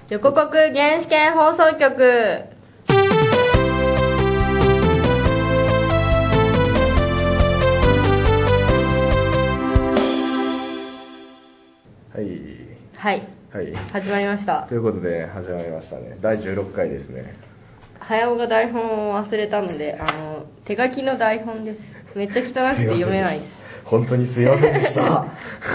横国原始圏放送局。はい、始まりました。 ということで始まりましたね。第16回ですね。 早尾が台本を忘れたので、手書きの台本です。めっちゃ汚くて読めないです。 本当にすいませんでした本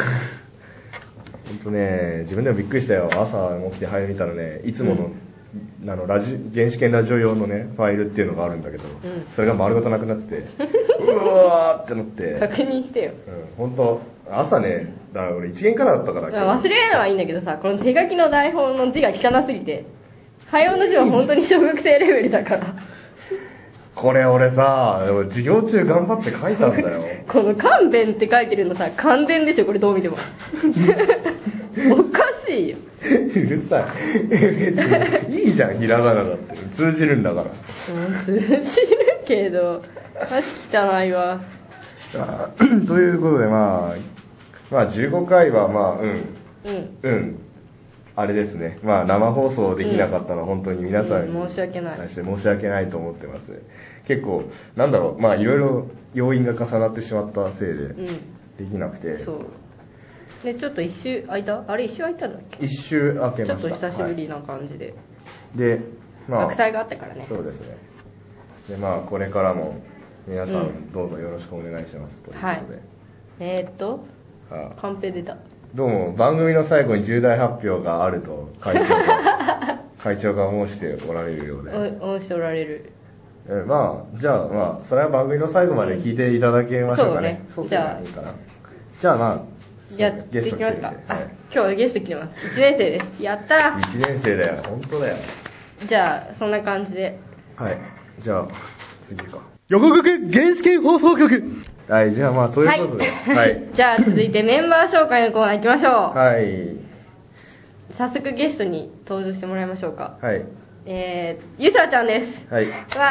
当ね、自分でもびっくりしたよ。朝起きて早見たらね、いつもの、原始圏ラジオ用のねファイルっていうのがあるんだけど、それが丸ごとなくなっててうわーってなって確認してよ。 本当朝ね、だから俺1限からだったから忘れるのはいいんだけどさ、この手書きの台本の字が汚すぎて、早尾の字は本当に小学生レベルだからこれ俺さ、授業中頑張って書いたんだよこの勘弁って書いてるのさ、完全でしょこれ、どう見てもおかしいようるさい別にいいじゃん、ひらがなだって通じるんだから。 通じるけどマジ汚いわということでまあ15回はあれですね、生放送できなかったのは本当に皆さんに申し訳ない対して申し訳ないと思ってます。結構いろいろ要因が重なってしまったせいでできなくて、 そうでちょっと一周空いたんだっけ。 一周空けました。 ちょっと久しぶりな感じで、 で学祭があったからね。 そうですね。でこれからも皆さんどうぞよろしくお願いします、ということで、 カンペ出た。 どうも番組の最後に重大発表があると会長が申しておられるようで。 申しておられる。 じゃあそれは番組の最後まで聞いていただけましょうかね。 そうですね。 じゃあゲスト来てますか。今日ゲスト来てます。1年生です。やったー。 1年生だよ、本当だよ。 じゃあそんな感じで、 じゃあ次か。 横国原始圏放送局。 じゃあということで、 じゃあ続いてメンバー紹介のコーナー行きましょう。早速ゲストに登場してもらいましょうか。ゆさらちゃんです。 わー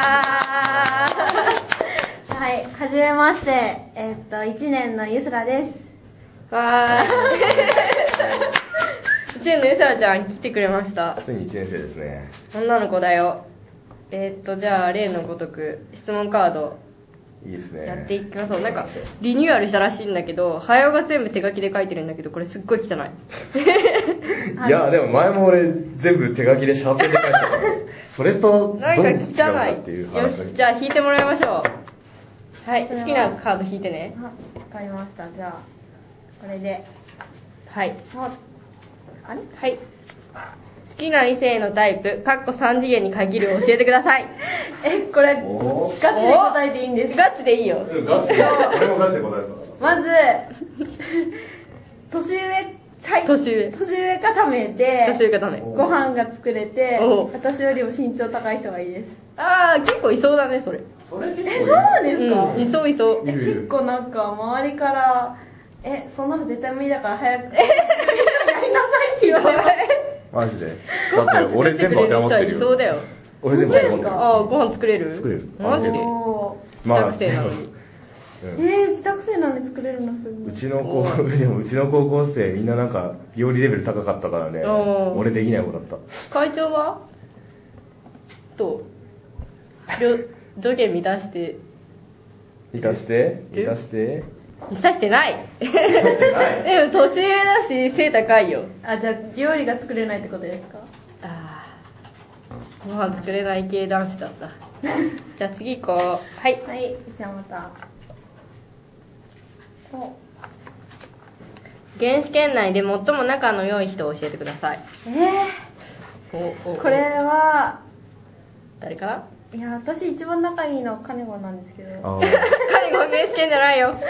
はじめまして、1年のゆすらです。 わー1年のゆさらちゃん来てくれました。 ついに1年生ですね。 女の子だよ。じゃあ例のごとく質問カードいいですね。 やっていきましょう。リニューアルしたらしいんだけど、早尾が全部手書きで書いてるんだけど、これすっごい汚いいやでも前も俺全部手書きでシャーペンで書いてたからそれとなんか汚いっていう話。よし、じゃあ引いてもらいましょう。好きなカード引いてね。 わかりました。じゃあこれで好きな異性のタイプ3次元に限るを教えてくださいこれガチで答えていいんですか。 ガチでいいよ。 ガチで俺もガチで答えたまず年上かためでご飯が作れて私よりも身長高い人がいいです。 結構いそうだねそれ。 そうなんですか。 いそう結構周りからそんなの絶対無理だから早くやりなさいって言われてマジで。だって俺全部当てはまってるよ。 そうだよ。 俺全部当てはまってる。 ご飯作れるマジで。自宅生なのに。 自宅生なのに作れるのすごい。 うちの高校生みんな料理レベル高かったからね。俺できない方だった。 会長は条件満たしてないでも年上だし背高いよ。 じゃあ料理が作れないってことですか。 ご飯作れない系男子だったじゃあ次行こう。 じゃあまた原始圏内で最も仲の良い人を教えてください。 これは誰かな。 いや私一番仲いいのはカネゴンなんですけど。 カネゴン原始圏じゃないよ。 原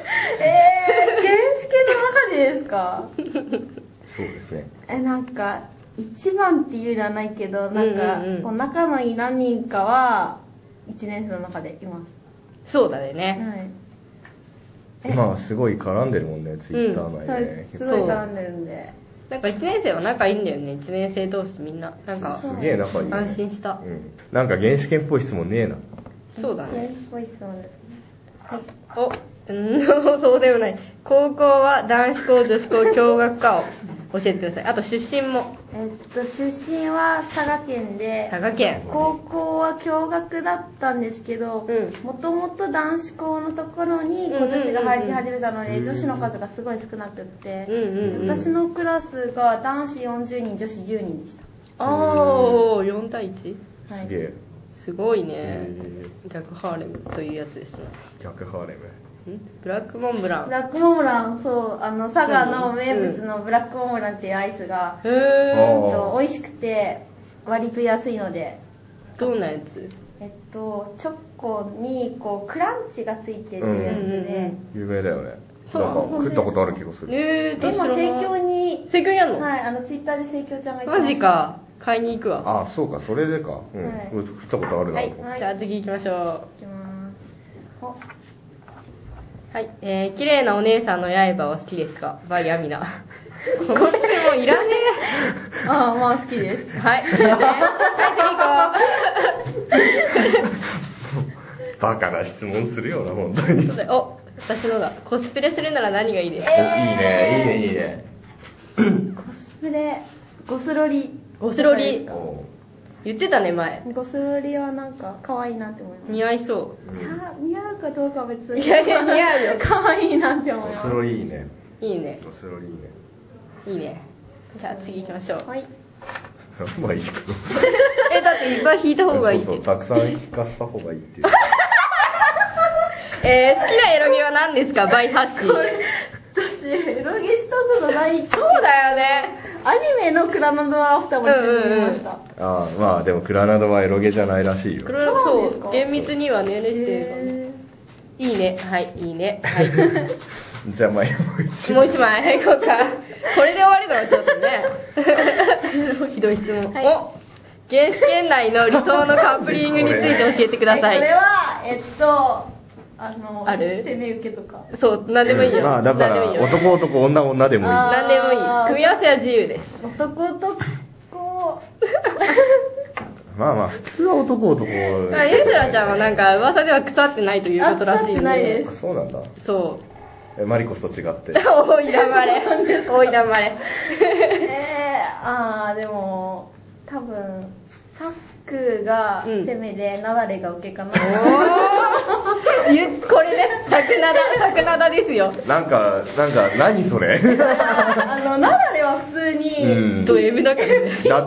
始圏の中でですか。 そうですね。 一番っていうよりはないけど仲のいい何人かは1年生の中でいます。 そうだね。 すごい絡んでるもんね、ツイッター内で。 すごい絡んでるんで。 1年生は仲いいんだよね。1年生同士みんなすげえ仲いい、 安心した。 原始圏っぽい質問ねえな。 そうだね。 原始っぽい質問ですね。 そうでもない。高校は男子校、女子校、共学科を教えてください。あと出身も。 出身は佐賀県で、 佐賀県。 高校は共学だったんですけど、もともと男子校のところに女子が入り始めたので、女子の数がすごい少なくって、私のクラスが男子40人、女子10人でした。 4対 1？ すげえ。 すごいね。逆ハーレムというやつですね。 逆ハーレム。 ブラックモンブラン。 ブラックモンブラン、そう、佐賀の名物のブラックモンブランっていうアイスが、美味しくて、割と安いので。 どんなやつ？ チョコにこうクランチがついてるやつで、 有名だよね。なんか食ったことある気がする。 今生協にやんの？ はい、ツイッターで生協ちゃんが言ってました。 マジか。買いに行くわ。 そうか、それでか。食ったことあるな。 はい、じゃあ次行きましょう。 行きます。 はい、綺麗なお姉さんの刃は好きですか？バイアミナ。この質問いらねえ。まあ好きです。 はい、次行こう。バカな質問するよな、本当に。 私のだ。コスプレするなら何がいいですか？ いいね。 コスプレ、ゴスロリ。 言ってたね、前。 ゴスロリはなんか可愛いなって思います。 似合いそう。 似合うかどうかは別に。 いや似合うよ。 可愛いなって思います。 ゴスロリいいね。 いいね。 ゴスロリいいね。 いいね。じゃあ次行きましょう。 はい。 まあいいけど。 だっていっぱい引いた方がいいって。 そう、たくさん引かした方がいいっていう。 好きなエロゲは何ですか？バイハッシー。 私、エロゲしたことない。 そうだよね。 アニメのクラナドはアフターも見ました。 まあでもクラナドはエロゲじゃないらしいよ。 そうですか？ 厳密には年齢指定が。いいね。はい、いいね。はい。 じゃあもう一枚。 もう一枚、行こうか。これで終わるのはちょっとね。ひどい質問。原始圏内の理想のカップリングについて教えてください。 これは、ある？攻め受けとか。 そう、なんでもいいよ。 まあだから、男男、女女でもいい。 なんでもいい。組み合わせは自由です。 男男。 まあ、普通は男男。 ゆずらちゃんはなんか噂では腐ってないということらしいんで。 腐ってないです。 そうなんだ。 そう。 マリコスと違って。 おい黙れ。おい黙れ。 でも、多分、サックが攻めで、ナダレが受けかな。これね、サクナダですよ。 なんか、何それ？ ナダレは普通に、 ド M だからね。 だって、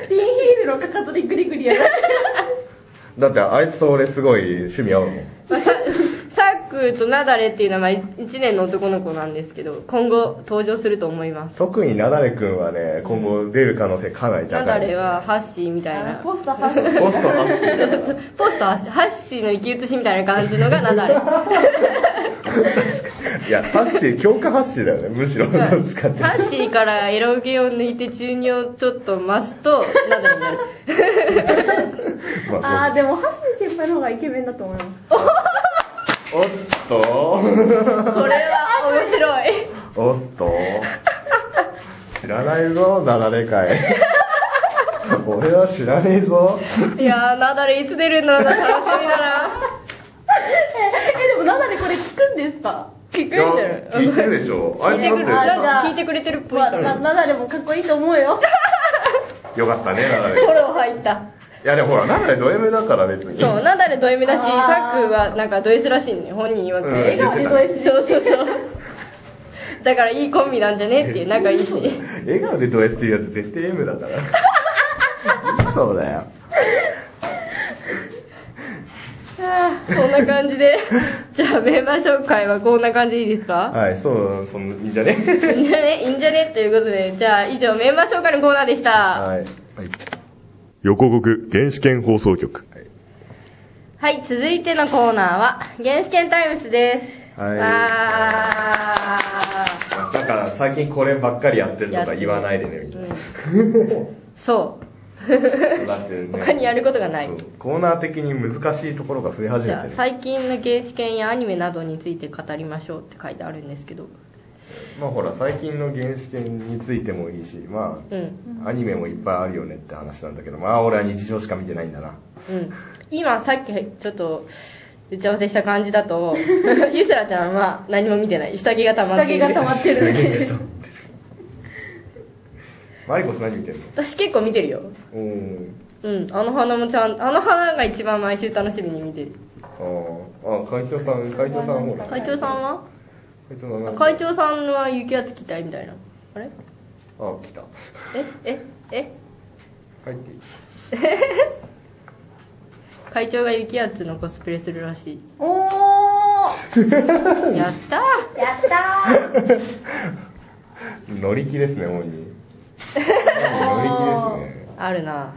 ピンヒールのかかとでグリグリやる。 だって、あいつと俺すごい趣味合うもん。 サックとナダレっていうのは1年の男の子なんですけど、今後登場すると思います。 特にナダレくんはね、今後出る可能性かなり高い。 ナダレはハッシーみたいな。 ポストハッシー。 ポストハッシー。 ポストハッシー。ハッシーの生き写しみたいな感じのがナダレ。 いや、ハッシー、強化ハッシーだよね、むしろ。どっちかって。 ハッシーからエロゲを抜いて中二をちょっと増すと、ナダレになる。 でもハッシー先輩の方がイケメンだと思います。 おっとこれは面白い。 おっと知らないぞ、ナダレ会。俺は知らねえぞ。 いやー、ナダレいつ出るんだろうな、楽しみだな。 でもナダレこれ聞くんですか？ 聞くんじゃる。 聞いてるでしょ。 聞いてくれてる。聞いてくれてるっぽいから。 ナダレもかっこいいと思うよ。 よかったね、ナダレ。 フォロー入った。 いやでもほら、ナダレド M だから別に。 そう、ナダレド M だし、サックはなんかド S らしいね、本人曰く。 笑顔でド S。 そう。だからいいコンビなんじゃねっていう、仲いいし。 笑顔でド S っていうやつ絶対 M だから。そうだよ。 そんな感じで。じゃあメンバー紹介はこんな感じでいいですか？ はい、いいんじゃね。 いいんじゃねということで、じゃあ以上メンバー紹介のコーナーでした。 はい。 横国原始圏放送局。 はい、続いてのコーナーは原始圏タイムスです。 はい。なんか最近こればっかりやってるとか言わないでねみたいな。 そう。 だってね、 他にやることがない。 コーナー的に難しいところが増え始めてる。 じゃあ最近の原始圏やアニメなどについて語りましょうって書いてあるんですけど。 まあほら最近の原始圏についてもいいし、まあ、アニメもいっぱいあるよねって話なんだけど、まあ俺は日常しか見てないんだな。 今さっきちょっと打ち合わせした感じだとゆすらちゃんは何も見てない。下着が溜まってる。 下着が溜まってるだけです。 マリコス何見てんの？ 私結構見てるよ。うん、あの花もちゃん、あの花が一番毎週楽しみに見てる。 会長さんほら。 会長さんは会長さんは雪圧着たいみたいな。あれ？ 来た。 入っていい？会長が雪圧のコスプレするらしい。 おーやったー乗り気ですね、本人。乗り気ですね。 あるな。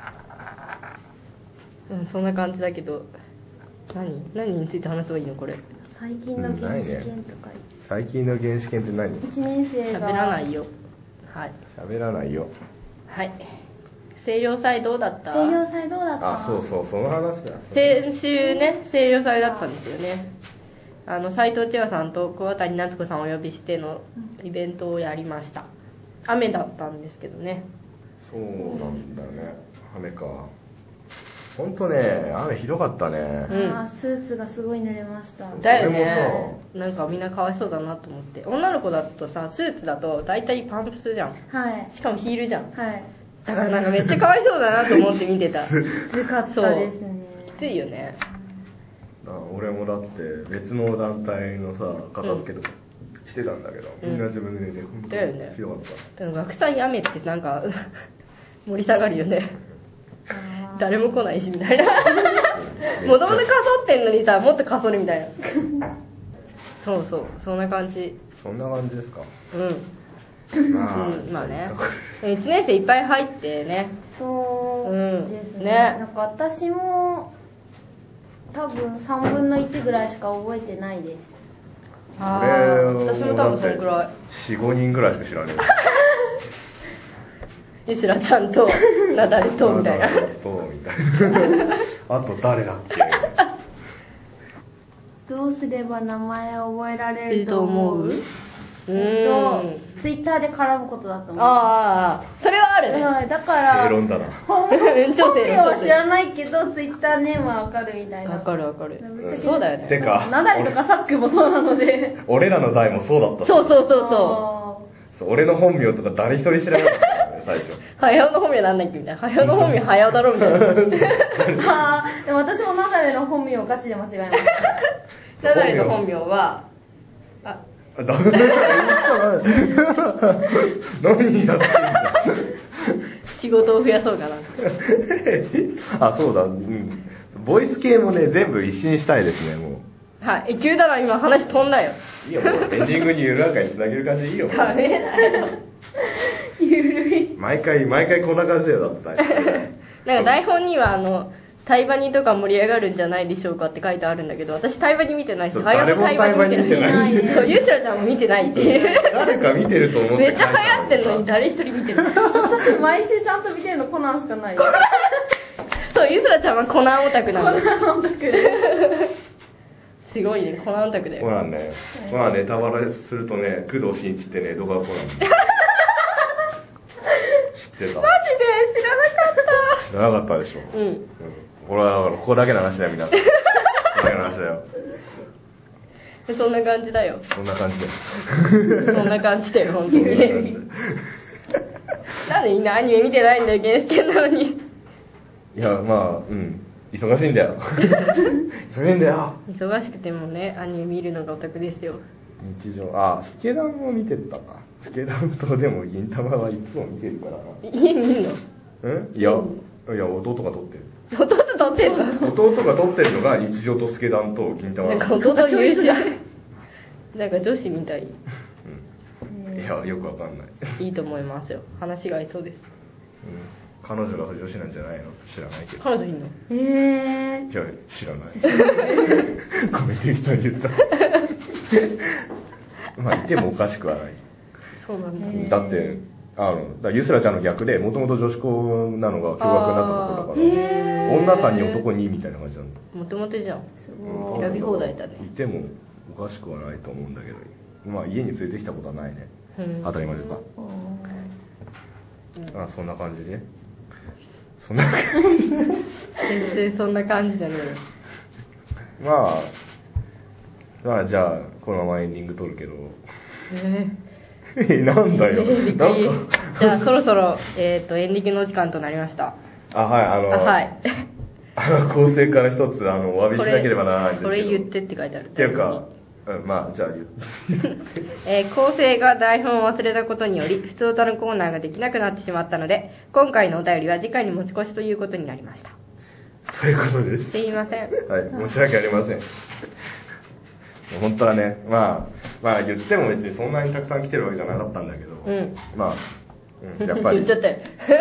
そんな感じだけど、何について話せばいいのこれ。 最近の原始圏とか。 最近の原始圏って何 ？1年生が喋らないよ。はい。 喋らないよ。 はい。清涼祭どうだった？ 清涼祭どうだった？ そう、その話だ。 先週ね、清涼祭だったんですよね。斉藤千和さんと小渡夏子さんをお呼びしてのイベントをやりました。雨だったんですけどね。 そうなんだよね。雨か。ほんとね、雨ひどかったね。 スーツがすごい濡れました。 だよね。なんかみんなかわいそうだなと思って。女の子だとさ、スーツだと大体パンプスじゃん。 はい。 しかもヒールじゃん。 はい。 だからなんかめっちゃかわいそうだなと思って見てた。 きつかったですね。 きついよね。 俺もだって別の団体のさ、片付けとかしてたんだけど、みんな自分で寝て、ほんとひどかった。 でも学祭雨ってなんか盛り下がるよね。誰も来ないしみたいな。もともとかそってんのにさ、もっとかそるみたいな。そう、そんな感じ。 そんな感じですか？ まあね。1年生いっぱい入ってね。 そうですね。なんか私も多分3分の1ぐらいしか覚えてないです。 私も多分そのくらい。 4、5人ぐらいしか知らねえ。 ゆすらちゃんとなだれとみたいな。 あと誰だっけ？ どうすれば名前覚えられると思う？ツイッターで絡むことだと思う。 それはあるね。 だから正論だな。 本名は知らないけどツイッターネームはわかるみたいな。 わかる。そうだよね。 てか、 ナダルとかサックもそうなので。 俺らの代もそうだった。 そう。 俺の本名とか誰一人知らなかったよね、最初。 はやおの本名なんだっけみたいな。はやおの本名はやおだろみたいな。 でも私もナダルの本名をガチで間違えました。 ナダルの本名は、 ダメだよ、何やってんだ。 仕事を増やそうかな。 そうだ、ボイス系もね、全部一新したいですね、もう。はい。急だな、今話飛んだよ。 いいよ、もうエンディングにゆるやかにつなげる感じでいいよ。 ダメだよ。 ゆるい。 毎回こんな感じだよ、だって。 なんか台本にはタイバニとか盛り上がるんじゃないでしょうかって書いてあるんだけど、私タイバニ見てないし、 誰もタイバニ見てない。 ゆすらちゃんも見てないっていう。 誰か見てると思って。 めっちゃ流行ってんのに誰一人見てない。 私毎週ちゃんと見てるのコナンしかない。 そう、ゆすらちゃんはコナンオタクなの。 コナンオタク。 すごいね、コナンオタクだよ。 コナンね。ネタバレするとね、工藤新一ってね、江戸川コナン。知ってた。 マジで知らなかった。 知らなかったでしょ。これはここだけの話だよ、皆さん。ここだけの話だよ。 そんな感じだよ。 そんな感じだよ。 そんな感じだよ、本当に。なんでみんなアニメ見てないんだよ、原始圏なのに。 いや、忙しいんだよ。忙しいんだよ。 忙しくてもね、アニメ見るのがオタクですよ。 日常、スケダンも見てたか。スケダンとでも銀玉はいつも見てるからな。 家見んの？ いや、弟が撮ってる。 弟撮ってるの？ 弟が撮ってるのが日常とスケダンと銀玉。 なんか弟優秀。なんか女子みたい。 いや、よくわかんない。 いいと思いますよ。話が合いそうです。 彼女が女子なんじゃないの？知らないけど。 彼女いんの？ いや、知らない。コメント人に言った。いてもおかしくはない。 そうなんだ。 だって、ゆすらちゃんの逆で、もともと女子校なのが共学になったところだから、女さんに男にみたいな感じなの。 もともとじゃん。選び放題だね。 いてもおかしくはないと思うんだけど、家に連れてきたことはないね。当たり前か。そんな感じで。 全然そんな感じじゃねまあじゃあこのままエンディング撮るけど。なんだよ。 じゃあそろそろエンディングの時間となりました。 はい。構成から一つお詫びしなければならないんですけど。 これ言ってって書いてある。 っていうか、まあじゃあ言って。 構成が台本を忘れたことにより普通歌のコーナーができなくなってしまったので、今回のお便りは次回に持ち越しということになりました。 そういうことです。 すいません。 はい、申し訳ありません。本当はね、まあ言っても別にそんなにたくさん来てるわけじゃなかったんだけど、まあ、やっぱり言っちゃったよ。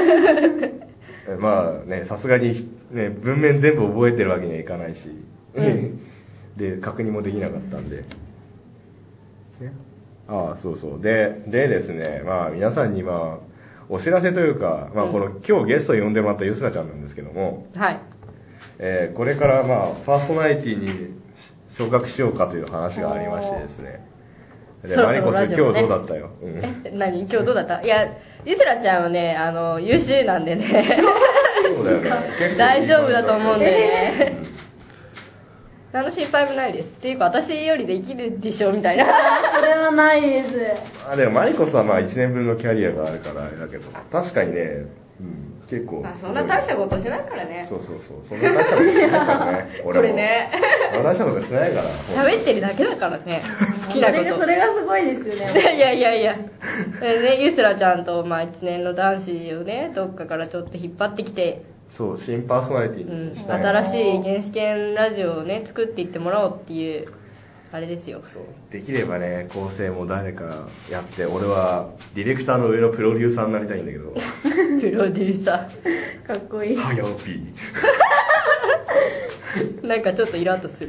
まあね、さすがにね、文面全部覚えてるわけにはいかないし、で、確認もできなかったんで。ね、そうそう。でですね、まあ皆さんにお知らせというか、この今日ゲスト呼んでもらったゆすらちゃんなんですけども、 はい。 これからパーソナリティに昇格しようかという話がありましてですね。で、マリコス、今日どうだったよ。 何今日どうだった？いや、ゆすらちゃんはね、優秀なんでね。 そうだよね。 大丈夫だと思うんでね。何の心配もないです。っていうか、私よりできるでしょみたいな。 それはないです。 でもマリコスは1年分のキャリアがあるからあれだけど、確かにね、結構そんな大したことしないからね。 そう。そんな大したことしないからね。 これね。 大したことしないから。 喋ってるだけだからね。好きなこと。 それがすごいですよね。 いや。ね、ゆすらちゃんと1年の男子をね、どっかからちょっと引っ張ってきて、 そう、新パーソナリティにしたい、 新しい原始圏ラジオをね、作っていってもらおうっていう、あれですよ。 そう。できればね、構成も誰かやって、俺はディレクターの上のプロデューサーになりたいんだけど。 プロデューサー。かっこいい。 はやおぴー。なんかちょっとイラッとする。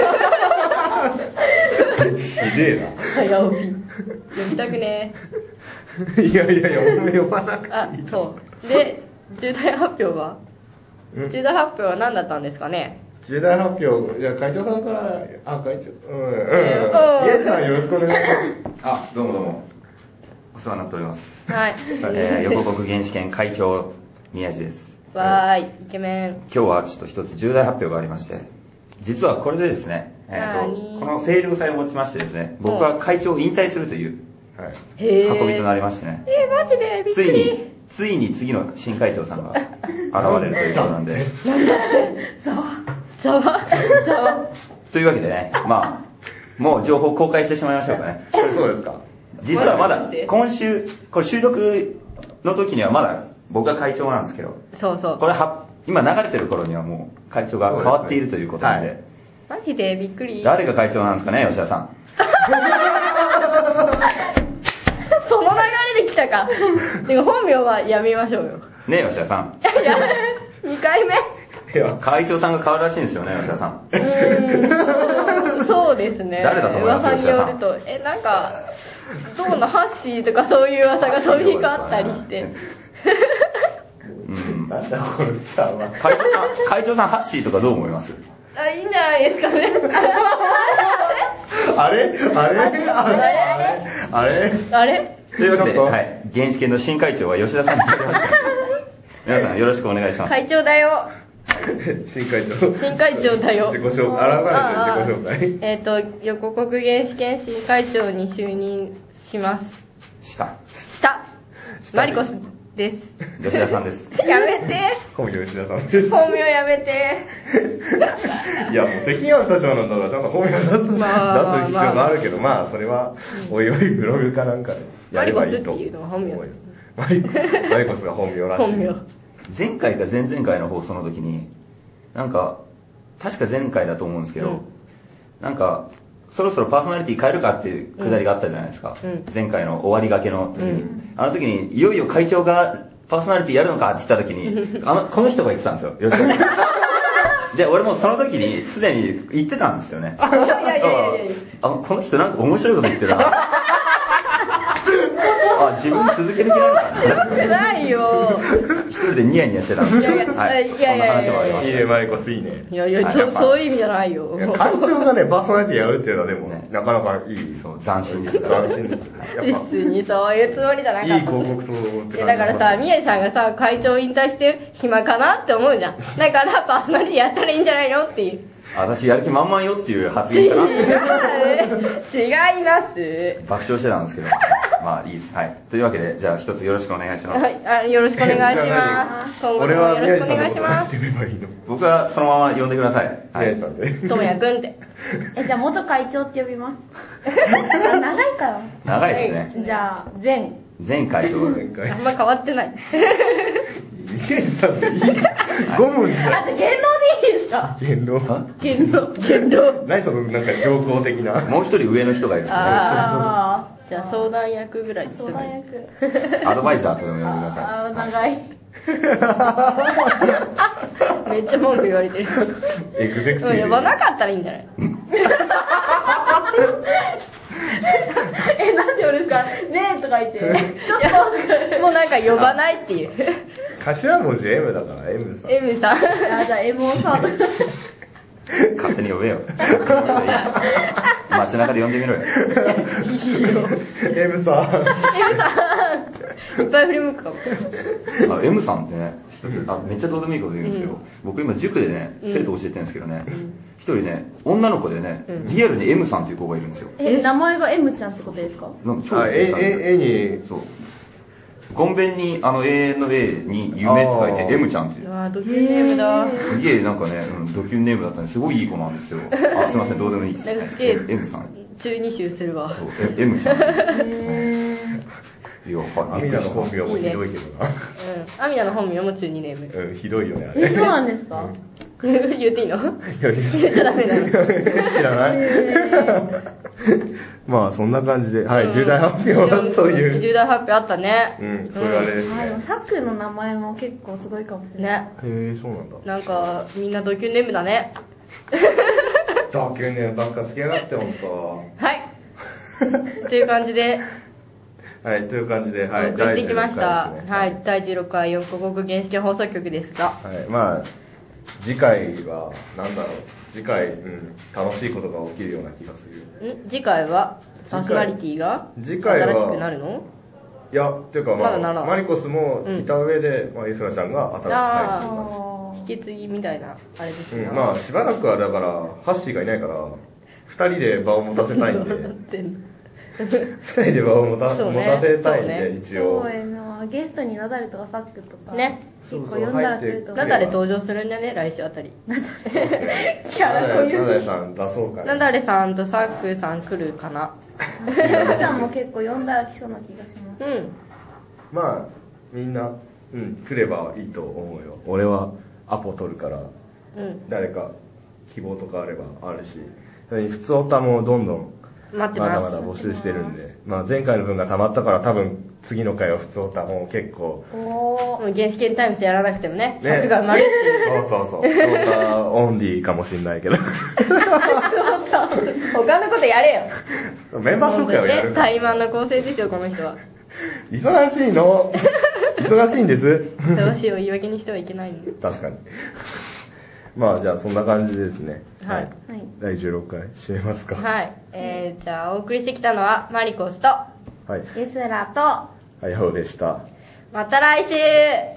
ひでえな。 はやおぴー。呼びたくねえ。いや、呼ばなくていい。 そう。で、重大発表は何だったんですかね。 重大発表、じゃあ会長さんから、会長、イエスさんよろしくお願いします。どうも。お世話になっております。 はい。 横国原始圏会長、宮地です。 わーい、イケメン。 今日はちょっと一つ重大発表がありまして、実はこれでですね、この清涼祭をもちましてですね、僕は会長を引退するという運びとなりましてね。 マジでびっくり。 ついに次の新会長さんが現れるということなんで。 ざわ。 というわけでね、もう情報公開してしまいましょうかね。 そうですか。 実はまだ今週、これ収録の時にはまだ僕が会長なんですけど、 そう。 これ今流れてる頃にはもう会長が変わっているということなんで。 マジでびっくり。 誰が会長なんですかね、吉田さん。 その流れで来たか。でも本名はやめましょうよ。 ねえ、吉田さん。 2回目。 会長さんが変わるらしいんですよね、吉田さん。 そうですね。 誰だと思いますか、吉田さん。 噂によると、なんか、どうのハッシーとかそういう噂が飛び交ったりして。 なんだこれさ、 会長さんハッシーとかどう思います？ いいんじゃないですかね。 あれというわけで、原始圏の新会長は吉田さんになりました。皆さんよろしくお願いします。 会長だよ。 新会長だよ。 改めて自己紹介。 横国原始圏新会長に就任します。 したマリコスです。 吉田さんです。 やめて。 本名吉田さんです。 本名やめて。 いや、もう責任ある立場なんだから、ちゃんと本名出す必要があるけど、それは、おいおいブログかなんかでやればいいと。 マリコスっていうのが本名。 マリコスが本名らしい。 本名。 前回か前々回の放送の時に、確か前回だと思うんですけど、そろそろパーソナリティ変えるかっていうくだりがあったじゃないですか。前回の終わりがけの時に。あの時に、いよいよ会長がパーソナリティやるのかって言った時に、この人が言ってたんですよ、吉田さん。で、俺もその時にすでに言ってたんですよね。 いや。 この人なんか面白いこと言ってるな。自分続ける気なのかな。 ないよ。 一人でニヤニヤしてたんですけど、はい。そんな話もありました。 いいね、マリコスいいね。 いやいや、そういう意味じゃないよ。 会長がね、パーソナリティやるっていうのはでも、なかなかいい。 そう、斬新ですから。 斬新です。 別にそういうつもりじゃなかった。 いい広告塔ってだからさ、宮治さんがさ、会長引退して暇かなって思うじゃん。だからパーソナリティやったらいいんじゃないのっていう。 私やる気満々よっていう発言かな。 違います。 爆笑してたんですけど、まあいいです。はい。というわけで、じゃあ一つよろしくお願いします。 はい、よろしくお願いします。今後ともよろしくお願いします。 僕はそのまま呼んでください。 はい。 ともやくんって。 じゃあ元会長って呼びます。長いから。 長いですね。 じゃあ、 前会長。 あんま変わってない。 宮治さんでいい5文字だ。 あ、じゃあ言論でいいですか？ 言論？何そのなんか上皇的な。 もう一人上の人がいるんですね。 じゃあ相談役ぐらいにしてもいい。 アドバイザーとでも呼んでください。 あ、長い。 めっちゃ文句言われてる。 エグゼクティブ。 呼ばなかったらいいんじゃない？ なんで俺ですか？ねえとか言って。ちょっと。 もうなんか呼ばないっていう。 頭文字 M だから M さん。 M さん。 じゃあ M さん。 勝手に呼べよ。街中で呼んでみろよ。 M さん。 いっぱい振り向くかも。 M さんってね、めっちゃどうでもいいこと言うんですけど、僕今塾でね、生徒教えてるんですけどね、一人ね、女の子でね、リアルに M さんっていう子がいるんですよ。 名前が M ちゃんってことですか？ 絵に、 そう。ゴンベンに永遠の A に夢って書いて M ちゃんっていう。 ドキュンネームだ。 すげえなんかね、ドキュンネームだったんですごいいい子なんですよ。すいません、どうでもいいです。 なんかすげえ M さん。 中二臭するわ。 そう、M ちゃん。いや、 アミナの本名もひどいけどな。 アミナの本名も中二ネーム。 ひどいよね、あれ。 そうなんですか？ 言っていいの？言っちゃダメなの。 知らない。まあそんな感じで、はい、重大発表はそういう。 重大発表あったね。 それはあれですね。 サクの名前も結構すごいかもしれない。 ね。 へえ、そうなんだ。 なんか、みんなドキュンネームだね。 ドキュンネームばっかつけやがって、ほんと。 はい。という感じで。 はい、という感じで、はい、 お送りしてきました。はい、第16回4カ国原始圏放送局ですが。 はい、まあ、次回は、なんだろう、次回、楽しいことが起きるような気がする。 次回はパーソナリティが新しくなるの？ いや、っていうかまあ、マリコスもいた上で、まあ、イスラちゃんが新しく入る感じ。引き継ぎみたいな、あれですね。 まあ、しばらくはだから、ハッシーがいないから、二人で場を持たせたいんで。二人で場を持たせたいんで、一応。 ゲストにナダルとかサックとかね、 結構呼んだら来ると思う。 ナダル登場するんじゃね、来週あたり。 ナダルさん出そうかな。 ナダルさんとサックさん来るかな。 ナダルさんも結構呼んだら来そうな気がします。 まあ、みんな、来ればいいと思うよ。俺はアポ取るから、誰か希望とかあればあるし、普通オタもどんどんまだまだ募集してるんで、まあ前回の分が溜まったから多分次の回は普通オタも結構。 原始圏タイムズやらなくてもね、尺が埋まるっていう。 そう。普通オタオンリーかもしんないけど。 他のことやれよ。メンバー紹介をやる。 怠慢の構成ですよ、この人は。 忙しいの。忙しいんです。 忙しいを言い訳にしてはいけないの。 確かに。まあじゃあそんな感じですね。 はい。 第16回締めますか。 はい。じゃあお送りしてきたのはマリコスと、 イスラと、 はやおでした。 また来週。